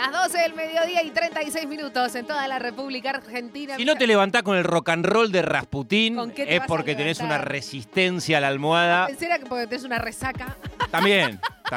Las 12 del mediodía y 36 minutos en toda la República Argentina. Si no te levantás con el rock and roll de Rasputín, ¿Con qué te es vas a porque tenés levantar? una resistencia a la almohada. Pensé que porque tenés una resaca. También.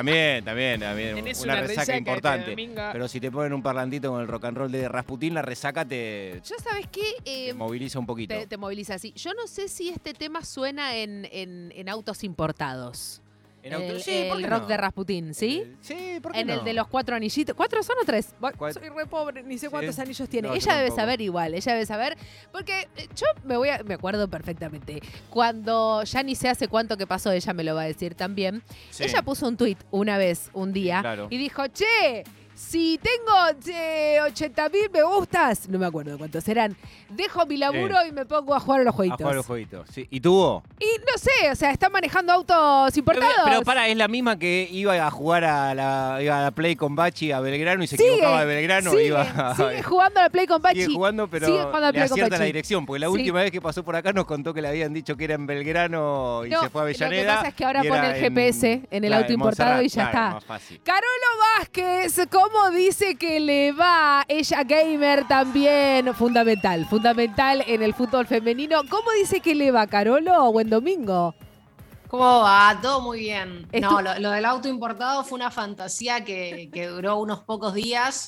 Tenés Una una resaca resaca importante. este domingo. Pero si te ponen un parlantito con el rock and roll de Rasputín, la resaca te Yo, ¿sabes qué? te moviliza un poquito. Te moviliza así. Yo no sé si este tema suena en autos importados. En auto- sí, el ¿por qué rock no? de Rasputín, ¿sí? Sí, ¿por qué En no? el de los 4 anillitos. ¿4 son o 3? Cuatro. Soy re pobre, ni sé Sí. cuántos anillos tiene. No, yo Ella debe tampoco. saber igual, ella debe saber. Porque yo me acuerdo perfectamente. Cuando ya ni sé hace cuánto que pasó, ella me lo va a decir también. Sí. Ella puso un tuit una vez, un día, Sí, claro. y dijo, che, si tengo 80.000 me gustas, no me acuerdo cuántos eran, dejo mi laburo y me pongo a jugar a los A jueguitos. jugar los jueguitos. Sí. ¿Y tuvo? Y no sé, o sea, está manejando autos importados. Pero para, es la misma que iba a jugar iba a la Play con Bachi a Belgrano y se equivocaba de Belgrano. Sigue jugando a la Play con Bachi. Sigue jugando, pero Sigue jugando a la le Play con acierta la Bachi. dirección. Porque la Sí. última vez que pasó por acá nos contó que le habían dicho que era en Belgrano y No, se fue a lo que Avellaneda. pasa es que ahora y pone era el GPS en el auto importado y ya Montserrat, claro, está. más fácil. Carolo Vázquez, ¿cómo dice que le va? Ella gamer también, fundamental en el fútbol femenino. ¿Cómo dice que le va, Carolo? Buen domingo. ¿Cómo va? Todo muy bien. Estu- No, lo del auto importado fue una fantasía que duró unos pocos días,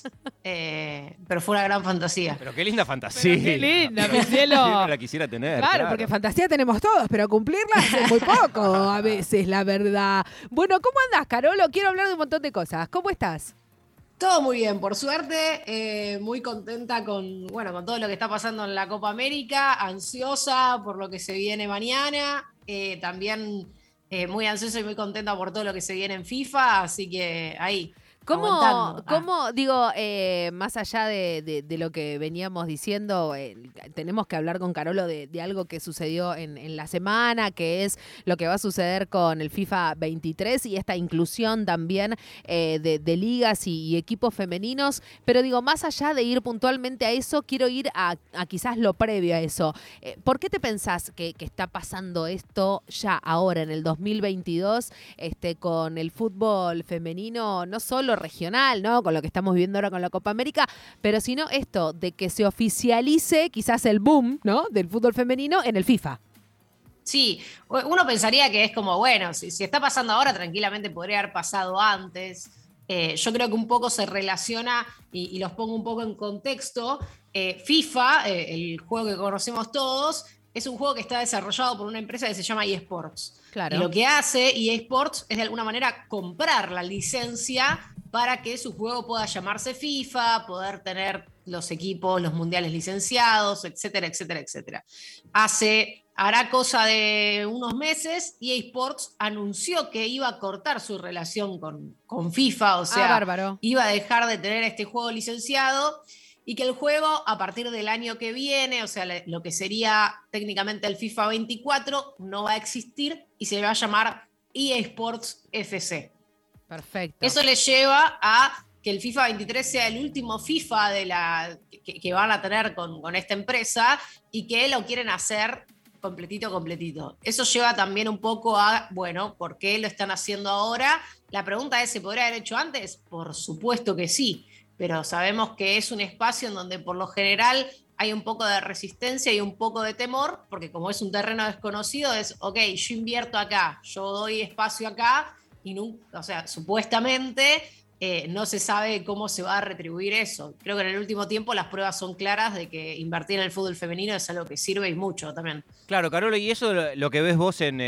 pero fue una gran fantasía. Pero qué linda fantasía. Pero qué linda, mi Yo cielo. la quisiera tener. Claro, porque fantasía tenemos todos, pero cumplirla es muy poco a veces, la verdad. Bueno, ¿cómo andás, Carolo? Quiero hablar de un montón de cosas. ¿Cómo estás? Todo muy bien, por suerte, muy contenta con todo lo que está pasando en la Copa América, ansiosa por lo que se viene mañana, también muy ansiosa y muy contenta por todo lo que se viene en FIFA, así que ahí. Aguantando. Digo, más allá de lo que veníamos diciendo, tenemos que hablar con Carolo de algo que sucedió en la semana, que es lo que va a suceder con el FIFA 23 y esta inclusión también de ligas y equipos femeninos. Pero digo, más allá de ir puntualmente a eso, quiero ir a quizás lo previo a eso. ¿Por qué te pensás que está pasando esto ya ahora, en el 2022, con el fútbol femenino, no solo regional, ¿no? Con lo que estamos viviendo ahora con la Copa América, pero sino esto de que se oficialice quizás el boom, ¿no? Del fútbol femenino en el FIFA. Sí, uno pensaría que es como, bueno, si está pasando ahora, tranquilamente podría haber pasado antes. Yo creo que un poco se relaciona, y los pongo un poco en contexto. FIFA, el juego que conocemos todos, es un juego que está desarrollado por una empresa que se llama eSports. Claro. Y lo que hace eSports es de alguna manera comprar la licencia para que su juego pueda llamarse FIFA, poder tener los equipos, los mundiales licenciados, etcétera, etcétera, etcétera. Hará cosa de unos meses y eSports anunció que iba a cortar su relación con FIFA, o sea, bárbaro. iba a dejar de tener este juego licenciado y que el juego a partir del año que viene, o sea, lo que sería técnicamente el FIFA 24, no va a existir y se va a llamar eSports FC. Perfecto. Eso le lleva a que el FIFA 23 sea el último FIFA que van a tener con esta empresa y que lo quieren hacer completito. Eso lleva también un poco a, bueno, ¿por qué lo están haciendo ahora? La pregunta es, ¿se podría haber hecho antes? Por supuesto que sí, pero sabemos que es un espacio en donde por lo general hay un poco de resistencia y un poco de temor, porque como es un terreno desconocido, es, ok, yo invierto acá, yo doy espacio acá, y nunca, o sea, supuestamente no se sabe cómo se va a retribuir eso. Creo que en el último tiempo las pruebas son claras de que invertir en el fútbol femenino es algo que sirve y mucho también. Claro, Carola, y eso lo que ves vos en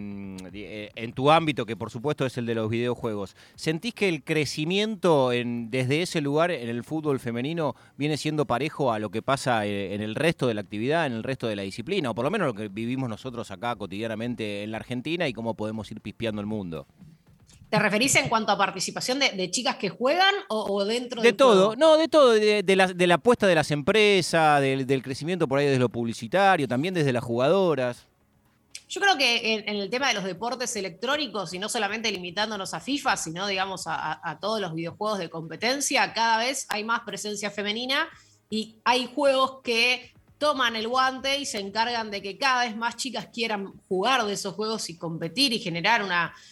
tu ámbito, que por supuesto es el de los videojuegos, ¿sentís que el crecimiento desde ese lugar en el fútbol femenino viene siendo parejo a lo que pasa en el resto de la actividad, en el resto de la disciplina, o por lo menos lo que vivimos nosotros acá cotidianamente en la Argentina y cómo podemos ir pispeando el mundo? ¿Te referís en cuanto a participación de chicas que juegan o dentro De del todo, juego? no, de todo, de la apuesta de las empresas, del crecimiento por ahí desde lo publicitario, también desde las jugadoras. Yo creo que en el tema de los deportes electrónicos, y no solamente limitándonos a FIFA, sino digamos a todos los videojuegos de competencia, cada vez hay más presencia femenina y hay juegos que toman el guante y se encargan de que cada vez más chicas quieran jugar de esos juegos y competir y generar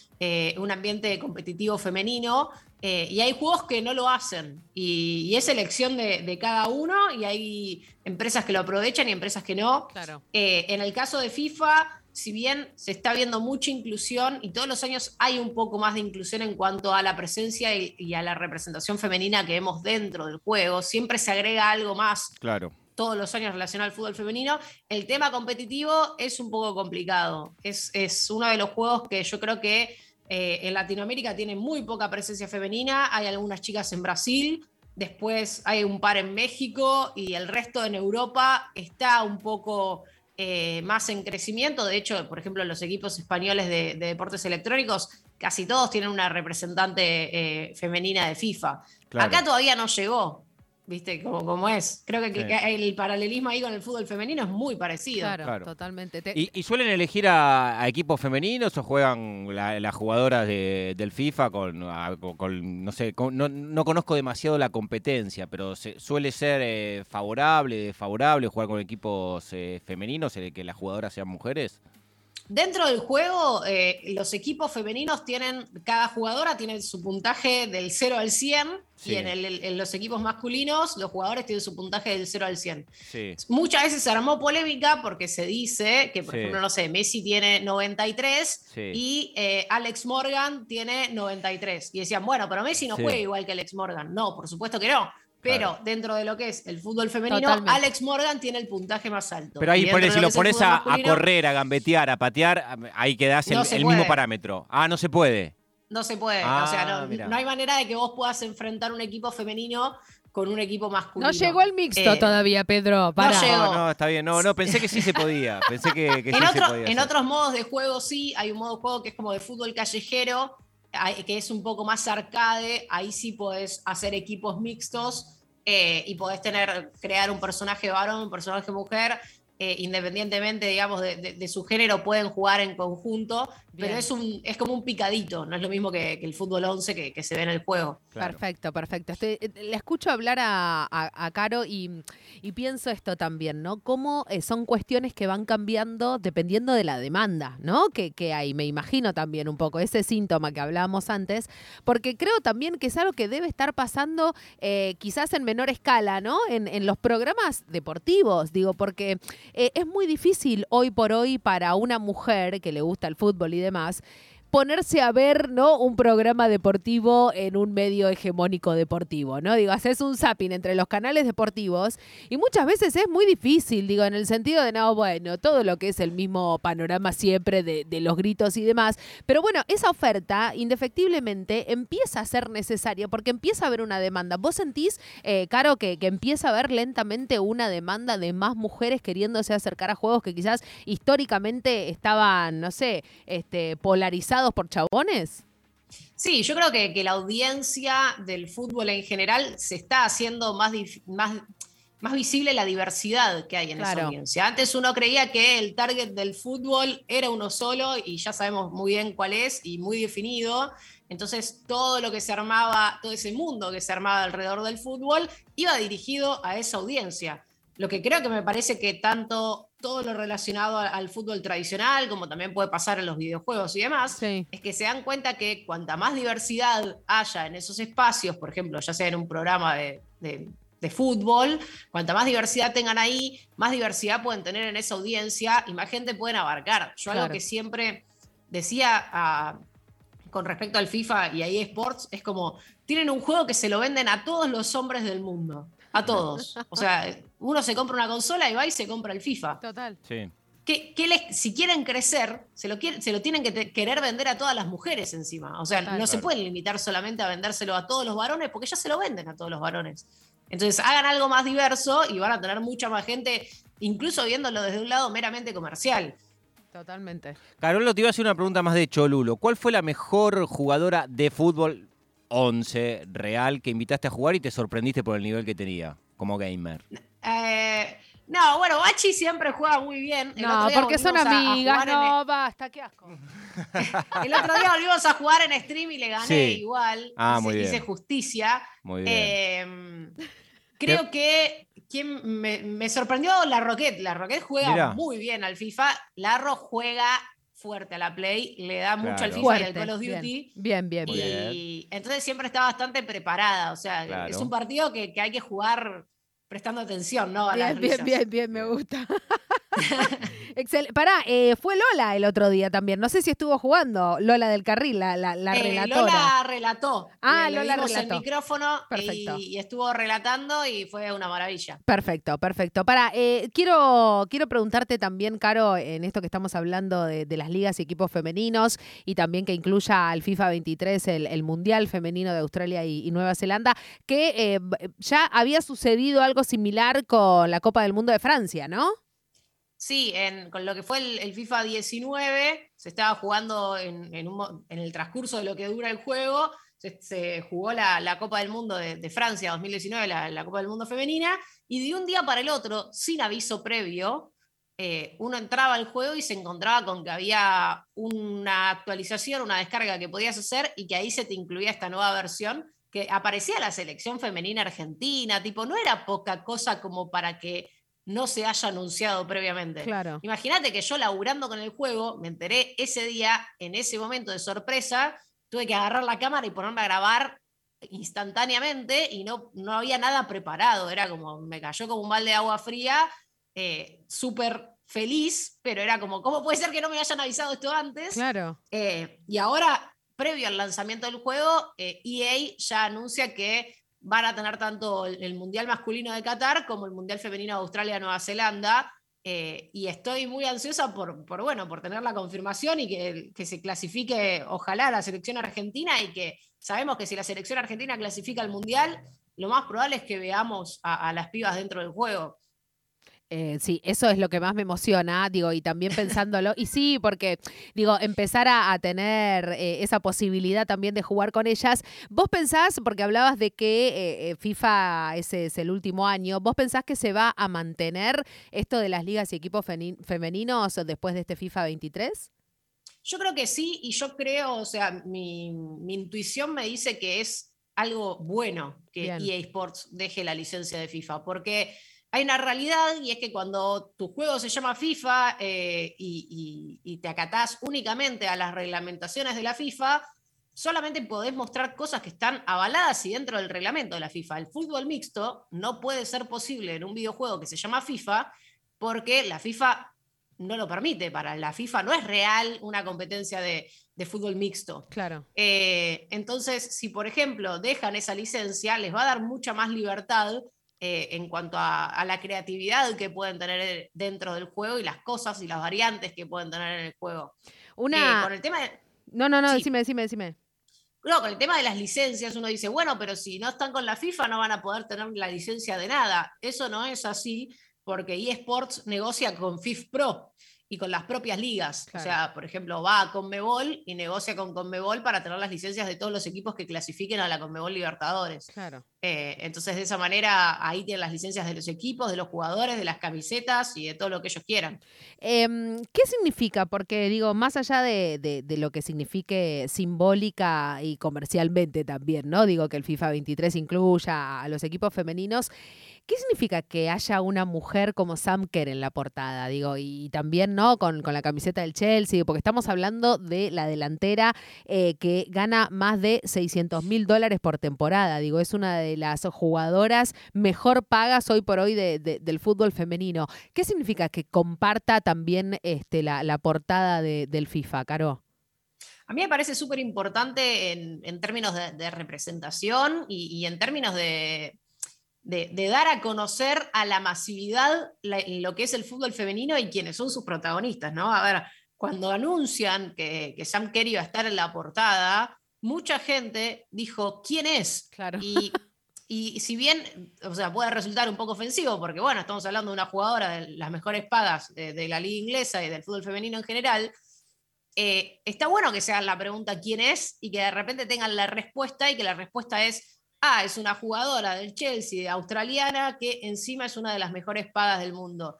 un ambiente competitivo femenino. Y hay juegos que no lo hacen. Y es elección de cada uno, y hay empresas que lo aprovechan y empresas que no. Claro. En el caso de FIFA, si bien se está viendo mucha inclusión, y todos los años hay un poco más de inclusión en cuanto a la presencia y a la representación femenina que vemos dentro del juego, siempre se agrega algo más. Claro. Todos los años relacionado al fútbol femenino. El tema competitivo es un poco complicado. Es uno de los juegos que yo creo que en Latinoamérica tiene muy poca presencia femenina. Hay algunas chicas en Brasil, después hay un par en México, y el resto en Europa está un poco más en crecimiento. De hecho, por ejemplo, los equipos españoles de deportes electrónicos, casi todos tienen una representante femenina de FIFA. Claro. Acá todavía no llegó. ¿Viste? Como es. Creo que, Sí. que el paralelismo ahí con el fútbol femenino es muy parecido. Claro, totalmente. ¿Y suelen elegir a equipos femeninos o juegan las jugadoras del FIFA con no sé, no conozco demasiado la competencia, pero suele ser favorable jugar con equipos femeninos, que las jugadoras sean mujeres? Dentro del juego, los equipos femeninos cada jugadora tiene su puntaje del 0 al 100, sí. Y en los equipos masculinos, los jugadores tienen su puntaje del 0 al 100. Sí. Muchas veces se armó polémica porque se dice que, por Sí. ejemplo, no sé, Messi tiene 93 Sí. y Alex Morgan tiene 93. Y decían, bueno, pero Messi no Sí. juega igual que Alex Morgan. No, por supuesto que no. Pero Claro. dentro de lo que es el fútbol femenino, Totalmente. Alex Morgan tiene el puntaje más alto. Pero ahí Y dentro de si lo lo que es el pones fútbol a masculino, correr, a gambetear, a patear, ahí quedás No se el puede. mismo parámetro. Ah, no se puede. no se puede. Ah, O sea, mirá. no hay manera de que vos puedas enfrentar un equipo femenino con un equipo masculino. No llegó el mixto todavía, Pedro. Para. llegó. No, está bien. No, pensé que sí se podía. Pensé que sí En, se podía en hacer. otros modos de juego sí, hay un modo de juego que es como de fútbol callejero, que es un poco más arcade. Ahí sí podés hacer equipos mixtos y podés crear un personaje varón, un personaje mujer, independientemente, digamos, de su género, pueden jugar en conjunto. Bien. Pero es como un picadito, no es lo mismo que el fútbol 11 que se ve en el juego. Claro. Perfecto. Le escucho hablar a Caro y pienso esto también, ¿no? Cómo son cuestiones que van cambiando dependiendo de la demanda, ¿no? Que hay, me imagino también un poco ese síntoma que hablábamos antes, porque creo también que es algo que debe estar pasando quizás en menor escala, ¿no? En los programas deportivos, digo, porque es muy difícil hoy por hoy para una mujer que le gusta el fútbol y demás, ponerse a ver, ¿no?, un programa deportivo en un medio hegemónico deportivo, ¿no? Digo, haces un zapping entre los canales deportivos y muchas veces es muy difícil, digo, en el sentido de, no, bueno, todo lo que es el mismo panorama siempre de los gritos y demás, pero bueno, esa oferta indefectiblemente empieza a ser necesaria porque empieza a haber una demanda. ¿Vos sentís, Caro, que empieza a haber lentamente una demanda de más mujeres queriéndose acercar a juegos que quizás históricamente estaban, no sé, polarizados por chabones? Sí, yo creo que la audiencia del fútbol en general se está haciendo más visible la diversidad que hay en esa audiencia. Antes uno creía que el target del fútbol era uno solo y ya sabemos muy bien cuál es y muy definido. Entonces todo lo que se armaba, todo ese mundo que se armaba alrededor del fútbol iba dirigido a esa audiencia. Lo que creo que me parece que tanto todo lo relacionado al fútbol tradicional, como también puede pasar en los videojuegos y demás, Sí. es que se dan cuenta que cuanta más diversidad haya en esos espacios, por ejemplo, ya sea en un programa de fútbol, cuanta más diversidad tengan ahí, más diversidad pueden tener en esa audiencia y más gente pueden abarcar. Yo algo que siempre decía con respecto al FIFA y a EA Sports es como, tienen un juego que se lo venden a todos los hombres del mundo. A todos. O sea, uno se compra una consola y va y se compra el FIFA. Total. Sí. Si quieren crecer, se lo tienen que querer vender a todas las mujeres encima. O sea, no se pueden limitar solamente a vendérselo a todos los varones porque ya se lo venden a todos los varones. Entonces, hagan algo más diverso y van a tener mucha más gente, incluso viéndolo desde un lado meramente comercial. Totalmente. Carolo, te iba a hacer una pregunta más de Cholulo. ¿Cuál fue la mejor jugadora de fútbol 11 real que invitaste a jugar y te sorprendiste por el nivel que tenía como gamer? No, bueno, Bachi siempre juega muy bien. No, porque son amigas. No, basta, qué asco. El otro día volvimos a jugar en stream y le gané igual. Muy bien. Hice justicia. Muy bien. Creo que ¿quién me sorprendió? La Roquette. La Roquette juega Mirá. muy bien al FIFA. Larro juega fuerte a la Play, le da mucho al Claro. FIFA y Fuerte. al Call of Duty. Bien. Muy bien. Y entonces siempre está bastante preparada. O sea, Claro. es un partido que hay que jugar prestando atención, ¿no? A las risas. Bien, me gusta. Pará, fue Lola el otro día también. No sé si estuvo jugando Lola del Carril, la relatora. Lola relató. Le Lola dimos relató. el micrófono Perfecto. y estuvo relatando y fue una maravilla. Perfecto. Pará, quiero preguntarte también, Caro, en esto que estamos hablando de las ligas y equipos femeninos y también que incluya al FIFA 23, el Mundial Femenino de Australia y Nueva Zelanda, que ya había sucedido algo similar con la Copa del Mundo de Francia, ¿no? Sí, con lo que fue el FIFA 19, se estaba jugando en el transcurso de lo que dura el juego, se jugó la Copa del Mundo de Francia 2019, la Copa del Mundo femenina, y de un día para el otro, sin aviso previo, uno entraba al juego y se encontraba con que había una actualización, una descarga que podías hacer y que ahí se te incluía esta nueva versión, que aparecía la selección femenina argentina, tipo, no era poca cosa como para que no se haya anunciado previamente. Claro. Imagínate que yo laburando con el juego, me enteré ese día, en ese momento de sorpresa, tuve que agarrar la cámara y ponerme a grabar instantáneamente y no había nada preparado, era como, me cayó como un balde de agua fría, súper feliz, pero era como, ¿cómo puede ser que no me hayan avisado esto antes? Claro. Y ahora, previo al lanzamiento del juego, EA ya anuncia que van a tener tanto el Mundial masculino de Qatar como el Mundial femenino de Australia-Nueva Zelanda. Y estoy muy ansiosa por tener la confirmación y que se clasifique, ojalá, la selección argentina, y que sabemos que si la selección argentina clasifica al Mundial, lo más probable es que veamos a las pibas dentro del juego. Sí, eso es lo que más me emociona, digo, y también pensándolo, y sí, porque, digo, empezar a tener esa posibilidad también de jugar con ellas. ¿Vos pensás, porque hablabas de que FIFA ese es el último año, ¿vos pensás que se va a mantener esto de las ligas y equipos femeninos después de este FIFA 23? Yo creo que sí, y yo creo, o sea, mi intuición me dice que es algo bueno que Bien. EA Sports deje la licencia de FIFA, porque hay una realidad y es que cuando tu juego se llama FIFA y te acatás únicamente a las reglamentaciones de la FIFA, solamente podés mostrar cosas que están avaladas y dentro del reglamento de la FIFA. El fútbol mixto no puede ser posible en un videojuego que se llama FIFA porque la FIFA no lo permite. Para la FIFA no es real una competencia de fútbol mixto. Claro. Entonces, si por ejemplo dejan esa licencia, les va a dar mucha más libertad en cuanto a la creatividad que pueden tener dentro del juego y las cosas y las variantes que pueden tener en el juego. Con el tema de... No, Sí. decime. No, con el tema de las licencias uno dice, bueno, pero si no están con la FIFA no van a poder tener la licencia de nada. Eso no es así porque eSports negocia con FIFPro y con las propias ligas. Claro. O sea, por ejemplo, va a Conmebol y negocia con Conmebol para tener las licencias de todos los equipos que clasifiquen a la Conmebol Libertadores. Claro. Entonces, de esa manera, ahí tienen las licencias de los equipos, de los jugadores, de las camisetas y de todo lo que ellos quieran. ¿Qué significa? Porque digo, más allá de lo que signifique simbólica y comercialmente también, ¿no? Digo que el FIFA 23 incluya a los equipos femeninos. ¿Qué significa que haya una mujer como Sam Kerr en la portada? Digo, y también, ¿no? Con la camiseta del Chelsea, porque estamos hablando de la delantera que gana más de $600.000 por temporada. Digo, es una de las jugadoras mejor pagas hoy por hoy del fútbol femenino. ¿Qué significa que comparta también la portada del FIFA, Caro? A mí me parece súper importante en términos de representación y en términos de dar a conocer a la masividad lo que es el fútbol femenino y quiénes son sus protagonistas, ¿no? A ver, cuando anuncian que Sam Kerr iba a estar en la portada, mucha gente dijo, ¿quién es? Claro. Y si bien, o sea, puede resultar un poco ofensivo, porque bueno, estamos hablando de una jugadora de las mejores pagas de la liga inglesa y del fútbol femenino en general, está bueno que se hagan la pregunta ¿quién es? Y que de repente tengan la respuesta y que la respuesta es es una jugadora del Chelsea, australiana, que encima es una de las mejores pagas del mundo.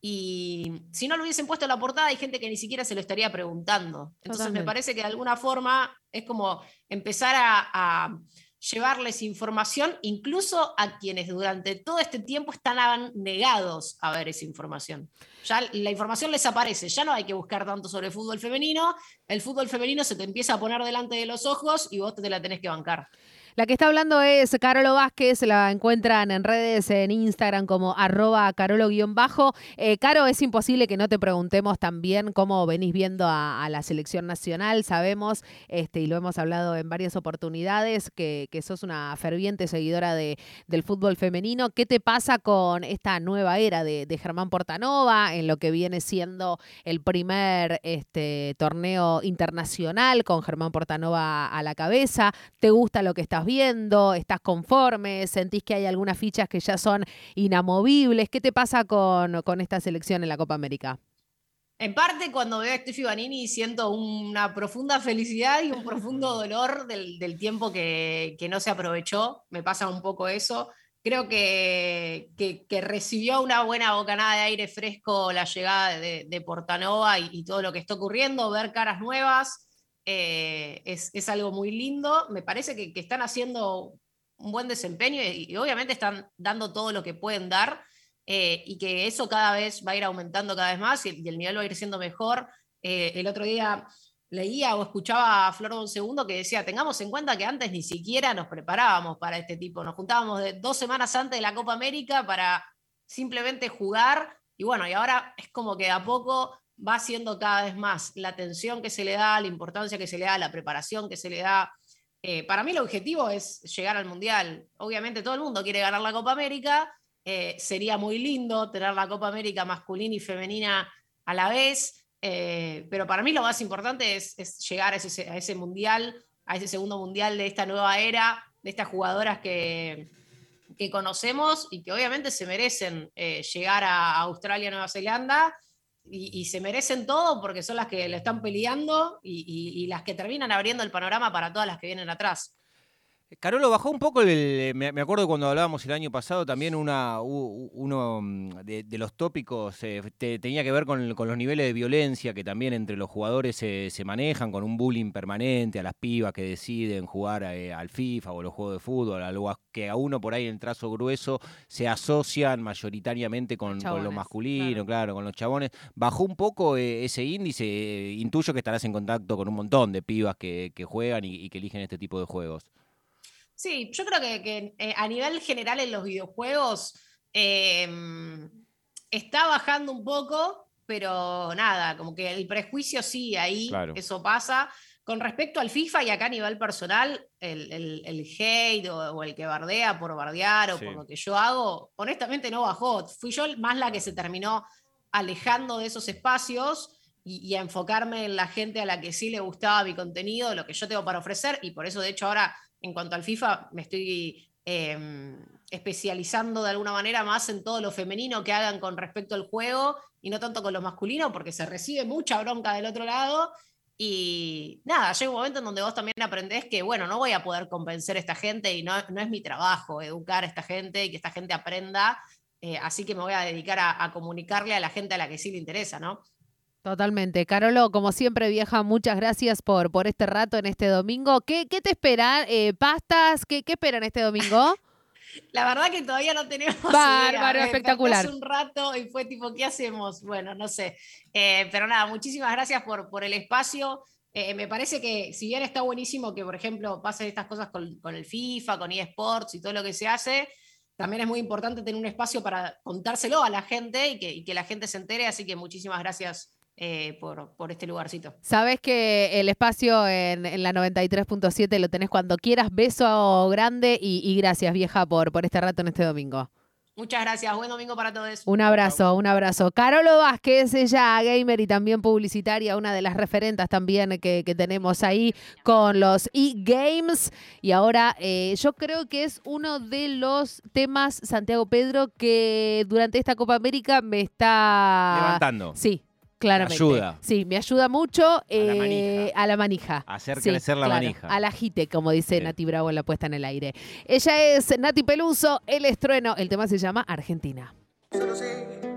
Y si no lo hubiesen puesto en la portada, hay gente que ni siquiera se lo estaría preguntando. Entonces Totalmente. me parece que de alguna forma es como empezar a llevarles información, incluso a quienes durante todo este tiempo estaban negados a ver esa información. Ya la información les aparece, ya no hay que buscar tanto sobre el fútbol femenino se te empieza a poner delante de los ojos y vos te la tenés que bancar. La que está hablando es Carolo Vázquez, la encuentran en redes, en Instagram como @carolo_. Caro, es imposible que no te preguntemos también cómo venís viendo a la selección nacional. Sabemos, y lo hemos hablado en varias oportunidades, que sos una ferviente seguidora del fútbol femenino. ¿Qué te pasa con esta nueva era de Germán Portanova en lo que viene siendo el primer torneo internacional con Germán Portanova a la cabeza? ¿Te gusta lo que estás viendo? ¿Estás conforme? ¿Sentís que hay algunas fichas que ya son inamovibles? ¿Qué te pasa con esta selección en la Copa América? En parte, cuando veo a Steffi Banini siento una profunda felicidad y un profundo dolor del tiempo que no se aprovechó. Me pasa un poco eso. Creo que recibió una buena bocanada de aire fresco la llegada de Portanova y todo lo que está ocurriendo, ver caras nuevas. Es algo muy lindo. Me parece que están haciendo un buen desempeño y obviamente están dando todo lo que pueden dar, y que eso cada vez va a ir aumentando cada vez más y el nivel va a ir siendo mejor. El otro día leía o escuchaba a Flor Bonsegundo que decía, tengamos en cuenta que antes ni siquiera nos preparábamos para este tipo, nos juntábamos 2 semanas antes de la Copa América para simplemente jugar, y bueno, y ahora es como que de a poco va siendo cada vez más la atención que se le da, la importancia que se le da, la preparación que se le da. Para mí el objetivo es llegar al Mundial. Obviamente todo el mundo quiere ganar la Copa América, sería muy lindo tener la Copa América masculina y femenina a la vez, pero para mí lo más importante es llegar a ese Mundial, a ese segundo Mundial de esta nueva era, de estas jugadoras que conocemos y que obviamente se merecen llegar a Australia, Nueva Zelanda, y se merecen todo porque son las que le están peleando y las que terminan abriendo el panorama para todas las que vienen atrás. Carolo, bajó un poco me acuerdo cuando hablábamos el año pasado también uno de los tópicos tenía que ver con los niveles de violencia que también entre los jugadores se manejan, con un bullying permanente a las pibas que deciden jugar al FIFA o los juegos de fútbol, algo que a uno por ahí en el trazo grueso se asocian mayoritariamente con lo masculino, claro, con los chabones. Bajó un poco ese índice, intuyo que estarás en contacto con un montón de pibas que juegan y que eligen este tipo de juegos. Sí, yo creo que a nivel general en los videojuegos está bajando un poco, pero nada, como que el prejuicio sí, ahí claro. Eso pasa. Con respecto al FIFA y acá a nivel personal, el hate o el que bardea por bardear o sí. Por lo que yo hago, honestamente no bajó. Fui yo más la que se terminó alejando de esos espacios y a enfocarme en la gente a la que sí le gustaba mi contenido, lo que yo tengo para ofrecer, y por eso de hecho ahora en cuanto al FIFA me estoy especializando de alguna manera más en todo lo femenino que hagan con respecto al juego y no tanto con lo masculino, porque se recibe mucha bronca del otro lado y nada, llega un momento en donde vos también aprendés que bueno, no voy a poder convencer a esta gente y no es mi trabajo educar a esta gente y que esta gente aprenda, así que me voy a dedicar a comunicarle a la gente a la que sí le interesa, ¿no? Totalmente. Carolo, como siempre, vieja, muchas gracias por este rato en este domingo. ¿Qué te esperan? ¿Pastas? ¿Qué esperan este domingo? La verdad que todavía no tenemos Bárbaro, idea. espectacular. Hace un rato y fue tipo, ¿qué hacemos? Bueno, no sé. Pero nada, muchísimas gracias por el espacio. Me parece que si bien está buenísimo que, por ejemplo, pasen estas cosas con el FIFA, con eSports y todo lo que se hace, también es muy importante tener un espacio para contárselo a la gente y que la gente se entere. Así que muchísimas gracias por este lugarcito. Sabés que el espacio en la 93.7 lo tenés cuando quieras. Beso grande y gracias, vieja, por este rato en este domingo. Muchas gracias. Buen domingo para todos. Un abrazo, un abrazo. Carolo Vázquez, ella gamer y también publicitaria, una de las referentas también que tenemos ahí con los eGames. Y ahora yo creo que es uno de los temas, Santiago Pedro, que durante esta Copa América me está... levantando. Sí. Claramente. Me ayuda. Sí, me ayuda mucho a la manija. A hacer crecer la manija. A la jite, como dice Nati Bravo en la puesta en el aire. Ella es Nati Peluso, el estrueno. El tema se llama Argentina. Solo sé